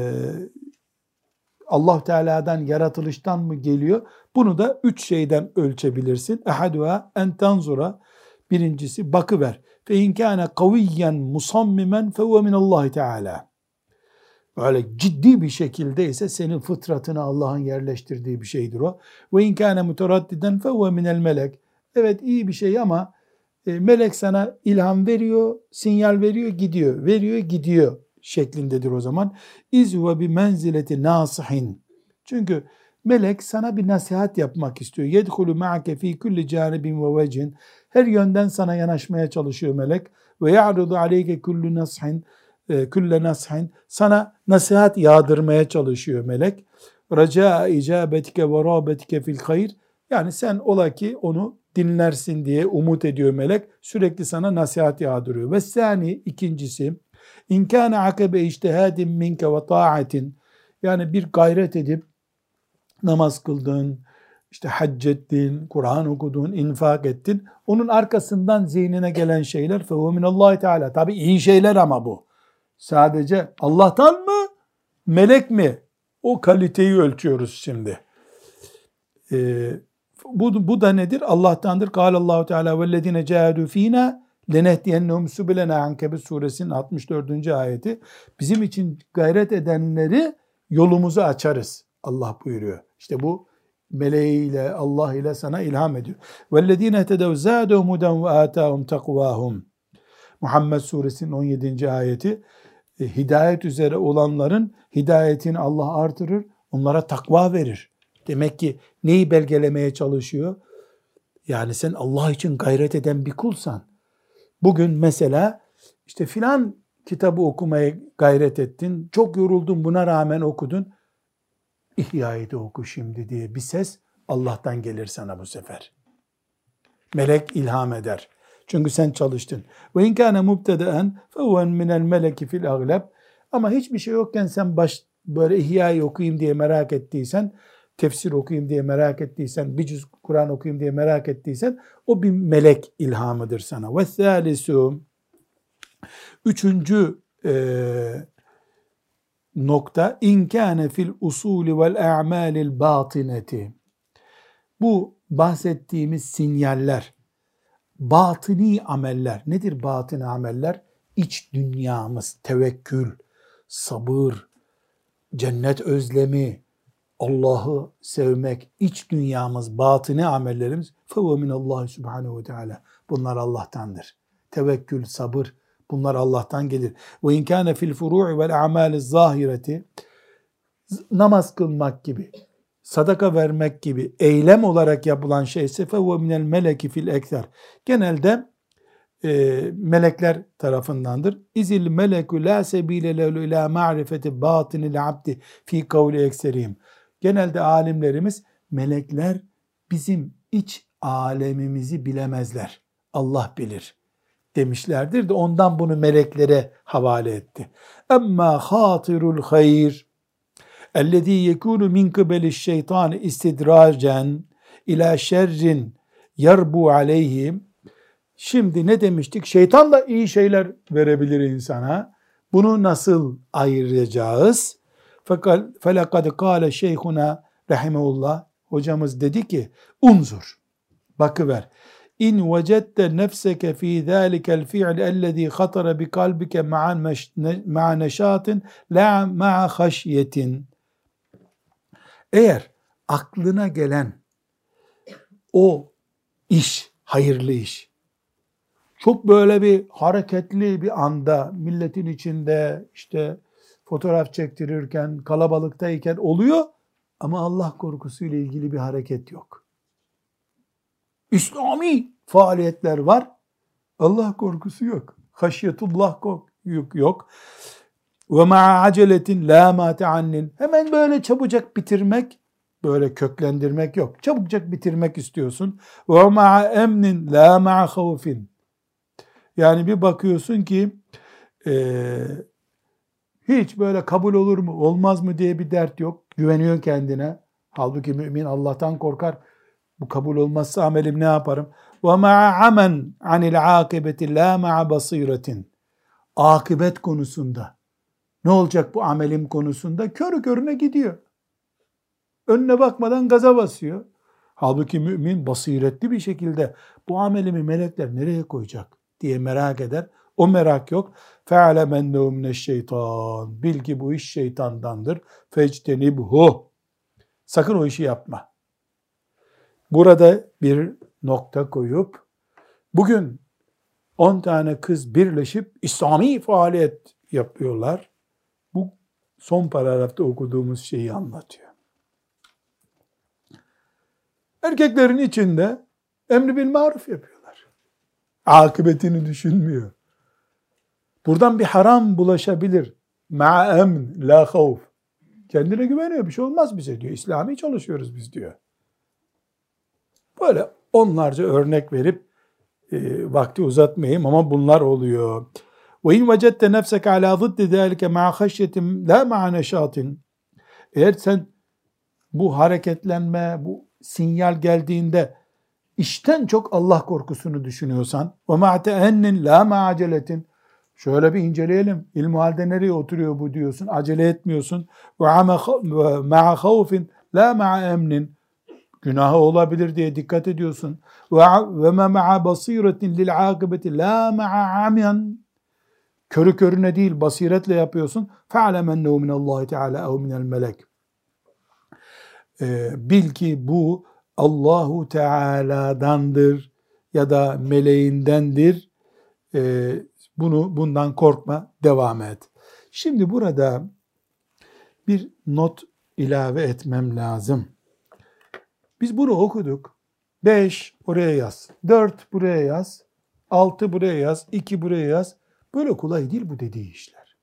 Allah Teala'dan, yaratılıştan mı geliyor? Bunu da üç şeyden ölçebilirsin. Ehaduha en tanzura, Birincisi bakıver. Fe in kana kaviyyen musammimen fe huve minallahi teala. Böyle ciddi bir şekilde ise senin fıtratına Allah'ın yerleştirdiği bir şeydir o. Ve in kana mutaraddiden fe huve minel melek. Evet iyi bir şey ama e, melek sana ilham veriyor, sinyal veriyor, gidiyor. Veriyor, gidiyor şeklindedir o zaman. İz huve bi menzileti nasihin. Çünkü melek sana bir nasihat yapmak istiyor. Yedhulu ma'ake fi kulli canibin ve vechin. Her yönden sana yanaşmaya çalışıyor melek. Ve ya'rudu aleyke kullu nashin, kulle nashin. Sana nasihat yağdırmaya çalışıyor melek. Raca icabetike ve rabetike fil hayr. Yani sen ola ki onu dinlersin diye umut ediyor melek. Sürekli sana nasihat yağdırıyor. Ve sani ikincisi, in kana akabe ictihadin minke ve ta'atin. Yani bir gayret edip namaz kıldın, işte hac ettin, Kur'an okudun, infak ettin. Onun arkasından zihnine gelen şeyler fehu minallahi teala. Tabi iyi şeyler ama bu. Sadece Allah'tan mı, melek mi? O kaliteyi ölçüyoruz şimdi. Ee, bu, bu da nedir? Allah'tandır. Kâlallahu Teala vellezine cahadu fînâ lenehdiyennehum subulena Ankebut suresinin altmış dördüncü ayeti. Bizim için gayret edenleri yolumuzu açarız. Allah buyuruyor. İşte bu meleğiyle, Allah ile sana ilham ediyor. وَالَّذ۪ينَ اهْتَدَوْا زَادُهُمْ هُدًا وَآتَاهُمْ تَقْوَاهُمْ. Muhammed suresinin on yedinci ayeti. E, hidayet üzere olanların hidayetini Allah artırır, onlara takva verir. Demek ki neyi belgelemeye çalışıyor? Yani sen Allah için gayret eden bir kulsan. Bugün mesela işte filan kitabı okumaya gayret ettin, çok yoruldun, buna rağmen okudun. İhya'yı da oku şimdi diye bir ses Allah'tan gelir sana bu sefer. Melek ilham eder. Çünkü sen çalıştın. Ve in kana mubteda'en fe huve minel meleki fil aglab. Ama hiçbir şey yokken sen baş böyle İhya'yı okuyayım diye merak ettiysen, tefsir okuyayım diye merak ettiysen, bir cüz Kur'an okuyayım diye merak ettiysen o bir melek ilhamıdır sana. Ve thalisu, üçüncü eee nokta in kana fil usul vel a'malil batineti. Bu bahsettiğimiz sinyaller, batini ameller. Nedir batini ameller? İç dünyamız, tevekkül, sabır, cennet özlemi, Allah'ı sevmek, iç dünyamız, batini amellerimiz fehuve minallahi subhanehu ve teala. Bunlar Allah'tandır. Tevekkül, sabır, bunlar Allah'tan gelir. Ve in kana fil furu'i vel a'maliz zahireti, namaz kılmak gibi, sadaka vermek gibi eylem olarak yapılan şeyse fehuve minel meleki fil ekser. Genelde e, melekler tarafındandır. İzil meleku la sebile lehu ila ma'rifeti batinil abdi fi kavli ekserihim. Genelde alimlerimiz melekler bizim iç alemimizi bilemezler. Allah bilir demişlerdir de ondan bunu meleklere havale etti. Emma hatirul hayr ellezî yekûnu min kıbeliş şeytan istidracen ila şerrin yarbu aleyhim. Şimdi ne demiştik? Şeytan da iyi şeyler verebilir insana. Bunu nasıl ayıracağız? Fakat felakad kâle şeyhuna rahimehullah, hocamız dedi ki unzur, bakıver. İn vecedte nefseke fî zâlikel fi'l ellezî hatara bi kalbike ma'a neşâtin la ma'a haşyetin. Eğer aklına gelen o iş, hayırlı iş, çok böyle bir hareketli bir anda, milletin içinde işte fotoğraf çektirirken, kalabalıktayken oluyor ama Allah korkusuyla ilgili bir hareket yok. İslami faaliyetler var, Allah korkusu yok. Haşyetullah yok. yok. Ve ma'a aceletin la ma teannin. Hemen böyle çabucak bitirmek, böyle köklendirmek yok. Çabucak bitirmek istiyorsun. Ve ma'a emnin la ma'a havfin. Yani bir bakıyorsun ki eee hiç böyle kabul olur mu, olmaz mı diye bir dert yok. Güveniyor kendine. Halbuki mümin Allah'tan korkar. Bu kabul olmazsa amelim ne yaparım? وَمَعَ عَمَنْ عَنِ الْعَاقِبَةِ لَا مَعَ بَصِيرَةٍ. Akıbet konusunda. Ne olacak bu amelim konusunda? Körü körüne gidiyor. Önüne bakmadan gaza basıyor. Halbuki mümin basiretli bir şekilde bu amelimi melekler nereye koyacak diye merak eder. O merak yok. فَعَلَمْ اَنَّهُ مِنَ الشَّيْطَانِ Bil ki bu iş şeytandandır. فَاجْتَنِبْهُ Sakın o işi yapma. Burada bir nokta koyup bugün on tane kız birleşip İslami faaliyet yapıyorlar. Bu son paragrafta okuduğumuz şeyi anlatıyor. Erkeklerin içinde emri bil maruf yapıyorlar. Akıbetini düşünmüyor. Buradan bir haram bulaşabilir. Ma emn la havf. Kendine güveniyor, bir şey olmaz bize diyor. İslami çalışıyoruz biz diyor. Böyle onlarca örnek verip e, vakti uzatmayayım ama bunlar oluyor. Ve in vecette nefseke ala ziddi zalike ma'a haşyetin la ma'a neşatin. Eğer sen bu hareketlenme, bu sinyal geldiğinde işten çok Allah korkusunu düşünüyorsan ve ma'a teennin la ma'a aceletin. Şöyle bir inceleyelim. İlmihalde nereye oturuyor bu diyorsun. Acele etmiyorsun. Ve ma'a havfin la ma'a emnin. Günahı olabilir diye dikkat ediyorsun. Ve ma'a basiretin lil akıbeti la ma'a amyan. Körü körüne değil, basiretle yapıyorsun. Fe'alem ennehu minallahi teala ev minel melek. Bil ki bu Allahu Teala'dandır ya da meleğindendir. Ee, bunu bundan korkma, devam et. Şimdi burada bir not ilave etmem lazım. Biz bunu okuduk. beş oraya yaz. dört buraya yaz. altı buraya yaz. iki buraya yaz. Böyle kolay değil bu dediği işler.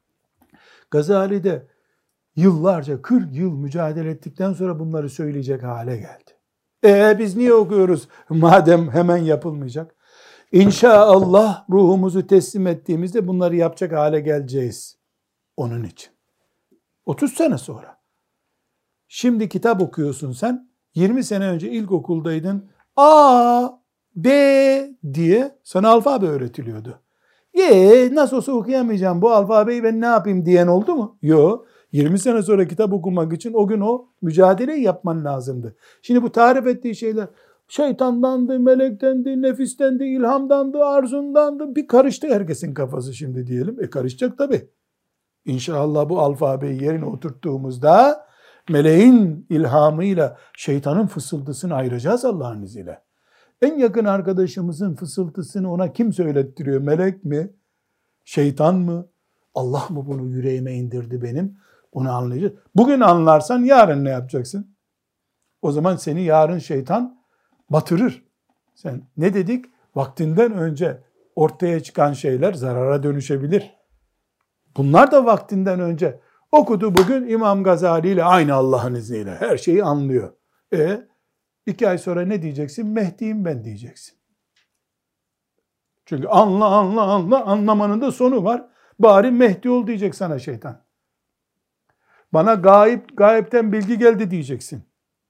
Gazali de yıllarca, kırk yıl mücadele ettikten sonra bunları söyleyecek hale geldi. E biz niye okuyoruz madem hemen yapılmayacak? İnşallah ruhumuzu teslim ettiğimizde bunları yapacak hale geleceğiz. Onun için. otuz sene sonra. Şimdi kitap okuyorsun sen. yirmi sene önce ilkokuldaydın. A, B diye sana alfabe öğretiliyordu. Ye nasıl olsa okuyamayacağım bu alfabeyi ben ne yapayım diyen oldu mu? Yok. yirmi sene sonra kitap okumak için o gün o mücadeleyi yapman lazımdı. Şimdi bu tarif ettiği şeyler şeytandandı, melektendi, nefistendi, ilhamdandı, arzundandı. Bir karıştı herkesin kafası şimdi diyelim. E karışacak tabii. İnşallah bu alfabeyi yerine oturttuğumuzda meleğin ilhamıyla şeytanın fısıltısını ayıracağız Allah'ın izniyle. En yakın arkadaşımızın fısıltısını ona kim söylettiriyor? Melek mi? Şeytan mı? Allah mı bunu yüreğime indirdi benim? Onu anlayacağız. Bugün anlarsan yarın ne yapacaksın? O zaman seni yarın şeytan batırır. Sen ne dedik? Vaktinden önce ortaya çıkan şeyler zarara dönüşebilir. Bunlar da vaktinden önce. Okudu bugün İmam Gazali ile aynı Allah'ın izniyle. Her şeyi anlıyor. E iki ay sonra ne diyeceksin? Mehdi'yim ben diyeceksin. Çünkü anla anla anla anlamanın da sonu var. Bari Mehdi ol diyecek sana şeytan. Bana gayip, gayipten bilgi geldi diyeceksin.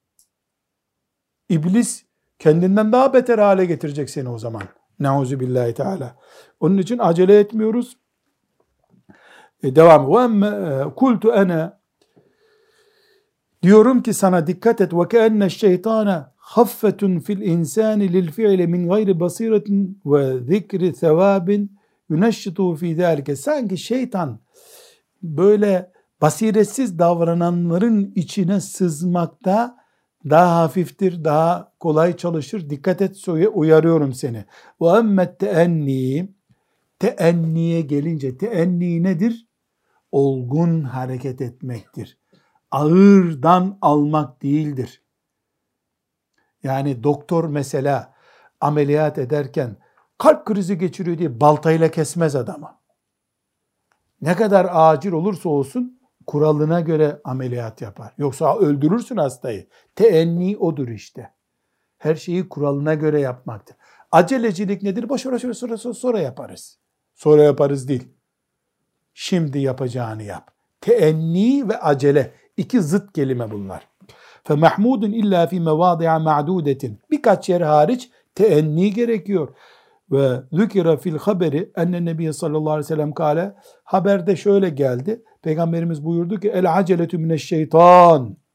İblis kendinden daha beter hale getirecek seni o zaman. Neuzubillahi teala. Onun için acele etmiyoruz. E, devam. Ve emme kultu ene diyorum ki sana dikkat et. Ve keenne şeytane haffetun fil insani lil fi'li min gayri basiretin ve zikri sevabin yuneşşitu fi zalike. Sanki şeytan böyle basiretsiz davrananların içine sızmakta daha hafiftir, daha kolay çalışır. Dikkat et, uyarıyorum seni. Ve emmet teenni, teenniye gelince, teenni nedir? Olgun hareket etmektir. Ağırdan almak değildir. Yani doktor mesela ameliyat ederken kalp krizi geçiriyor diye baltayla kesmez adamı. Ne kadar acil olursa olsun kuralına göre ameliyat yapar. Yoksa öldürürsün hastayı. Teenni odur işte. Her şeyi kuralına göre yapmaktır. Acelecilik nedir? Boş ver, sonra, sonra, sonra yaparız. Sonra yaparız değil. Şimdi yapacağını yap. Teenni ve acele. İki zıt kelime bunlar. فَمَحْمُودٌ اِلَّا فِي مَوَاضِعَ مَعْدُودَةٍ Birkaç yer hariç teenni gerekiyor. Ve zükira fil haberi enne nebiye sallallahu aleyhi ve sellem kâle haberde şöyle geldi. Peygamberimiz buyurdu ki el aceletü mineşşeytan.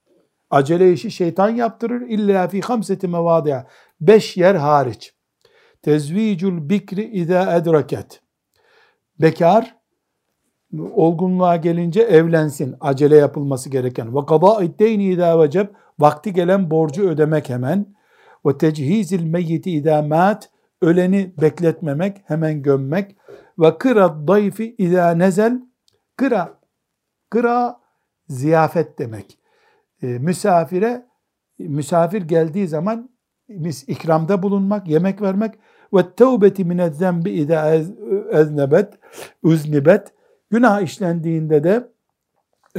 Acele işi şeytan yaptırır. İlla fi hamseti mevadi'a. Beş yer hariç. Tezvicul bikri izâ edraket. Bekar olgunluğa gelince evlensin. Acele yapılması gereken. Ve kadâ'id deyni izâ veceb. Vakti gelen borcu ödemek hemen. Ve techizil meyyiti izâ mât. Öleni bekletmemek, hemen gömmek. Ve kırad dayfi izâ nezel. Kıra. Kıra ziyafet demek. E, misafire, misafir geldiği zaman ikramda bulunmak, yemek vermek. Ve tevbeti minezzembi izâ eznebet, uznibet. Günah işlendiğinde de e,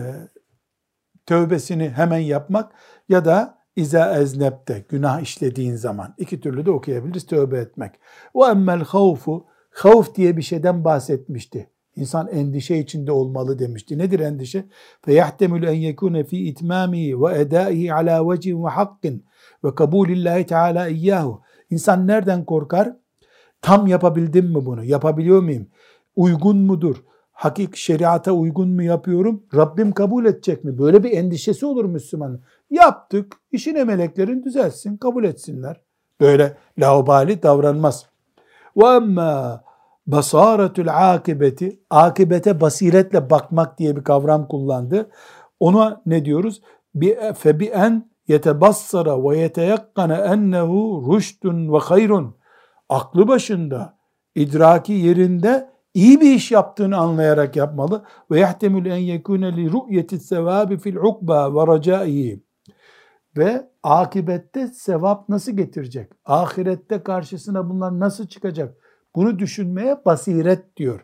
tövbesini hemen yapmak ya da izâ eznebte, günah işlediğin zaman. İki türlü de okuyabiliriz, tövbe etmek. Ve emmel havfu, havf diye bir şeyden bahsetmişti. İnsan endişe içinde olmalı demişti. Nedir endişe? فَيَحْتَمِلُ اَنْ يَكُونَ ف۪ي اِتْمَامِهِ وَاَدَائِهِ عَلَى وَجْهٍ وَحَقٍّ وَقَبُولِ اللّٰهِ تَعَالَى اِيَّاهُ. İnsan nereden korkar? Tam yapabildim mi bunu? Yapabiliyor muyum? Uygun mudur? Hakik şeriata uygun mu yapıyorum? Rabbim kabul edecek mi? Böyle bir endişesi olur Müslümanın. Yaptık, işine meleklerin düzelsin, kabul etsinler. Böyle laubali davranmaz. وَاَمَّا basaretul akibeti, akibete basiretle bakmak diye bir kavram kullandı. Ona ne diyoruz? Fe bi en yetebassara ve yeteyakkana ennehu rüştun ve hayrun. Aklı başında, idraki yerinde iyi bir iş yaptığını anlayarak yapmalı. Ve yahtemül en yekune li ru'yeti sevabi fil ukba ve racaihi. Ve akibette sevap nasıl getirecek? Ahirette karşısına bunlar nasıl çıkacak? Bunu düşünmeye basiret diyor.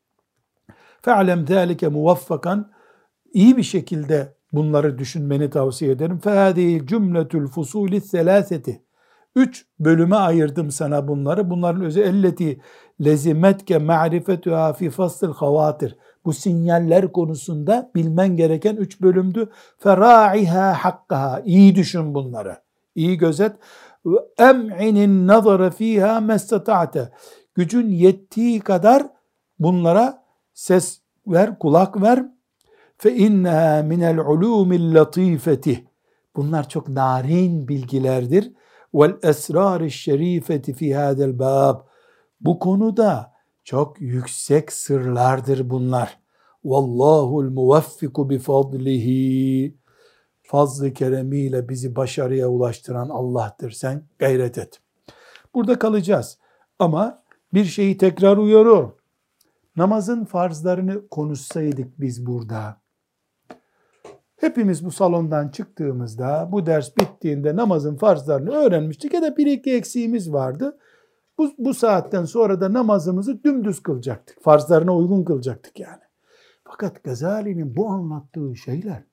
Fe'lem zâlike muvaffakan, iyi bir şekilde bunları düşünmeni tavsiye ederim. Fehâdî cümletül fusûli selâseti. Üç bölüme ayırdım sana bunları. Bunların özü elleti lezimetke ma'rifetuhâ fî faslil havâtir. Bu sinyaller konusunda bilmen gereken üç bölümdü. Ferâ'ihâ hakkaha. İyi düşün bunları. İyi gözet. Em'inin nazara fîhâ mestata'te. Gücün yettiği kadar bunlara ses ver, kulak ver. Fe inneha minel ulûmil latifeti. Bunlar çok narin bilgilerdir. Vel esrariş şerifeti fi hadel bab. Bu konuda çok yüksek sırlardır bunlar. Vallahu'l muvaffiku bi fadlihi. Fazl-ı keremiyle bizi başarıya ulaştıran Allah'tır. Sen gayret et. Burada kalacağız. Ama bir şeyi tekrar uyarıyorum. Namazın farzlarını konuşsaydık biz burada, hepimiz bu salondan çıktığımızda, bu ders bittiğinde namazın farzlarını öğrenmiştik ya da bir iki eksiğimiz vardı. Bu, bu saatten sonra da namazımızı dümdüz kılacaktık. Farzlarına uygun kılacaktık yani. Fakat Gazali'nin bu anlattığı şeyler,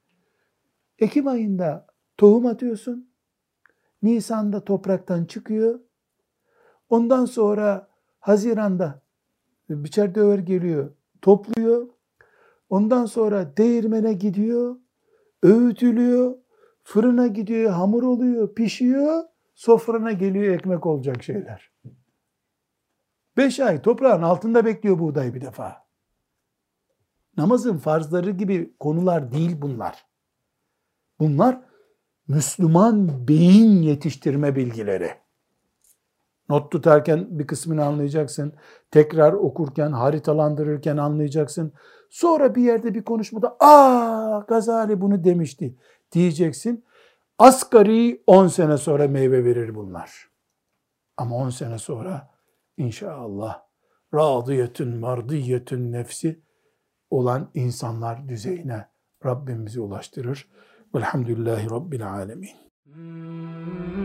Ekim ayında tohum atıyorsun, Nisan'da topraktan çıkıyor, ondan sonra Haziran'da biçer döver geliyor, topluyor. Ondan sonra değirmene gidiyor, öğütülüyor, fırına gidiyor, hamur oluyor, pişiyor, sofrana geliyor ekmek olacak şeyler. Beş ay toprağın altında bekliyor buğday bir defa. Namazın farzları gibi konular değil bunlar. Bunlar Müslüman beyin yetiştirme bilgileri. Not tutarken bir kısmını anlayacaksın. Tekrar okurken, haritalandırırken anlayacaksın. Sonra bir yerde bir konuşmada ''Aa, Gazali bunu demişti'' diyeceksin. Asgari on sene sonra meyve verir bunlar. Ama on sene sonra inşallah radiyetün mardiyetün nefsi olan insanlar düzeyine Rabbim bizi ulaştırır. Velhamdülillahi Rabbil alemin.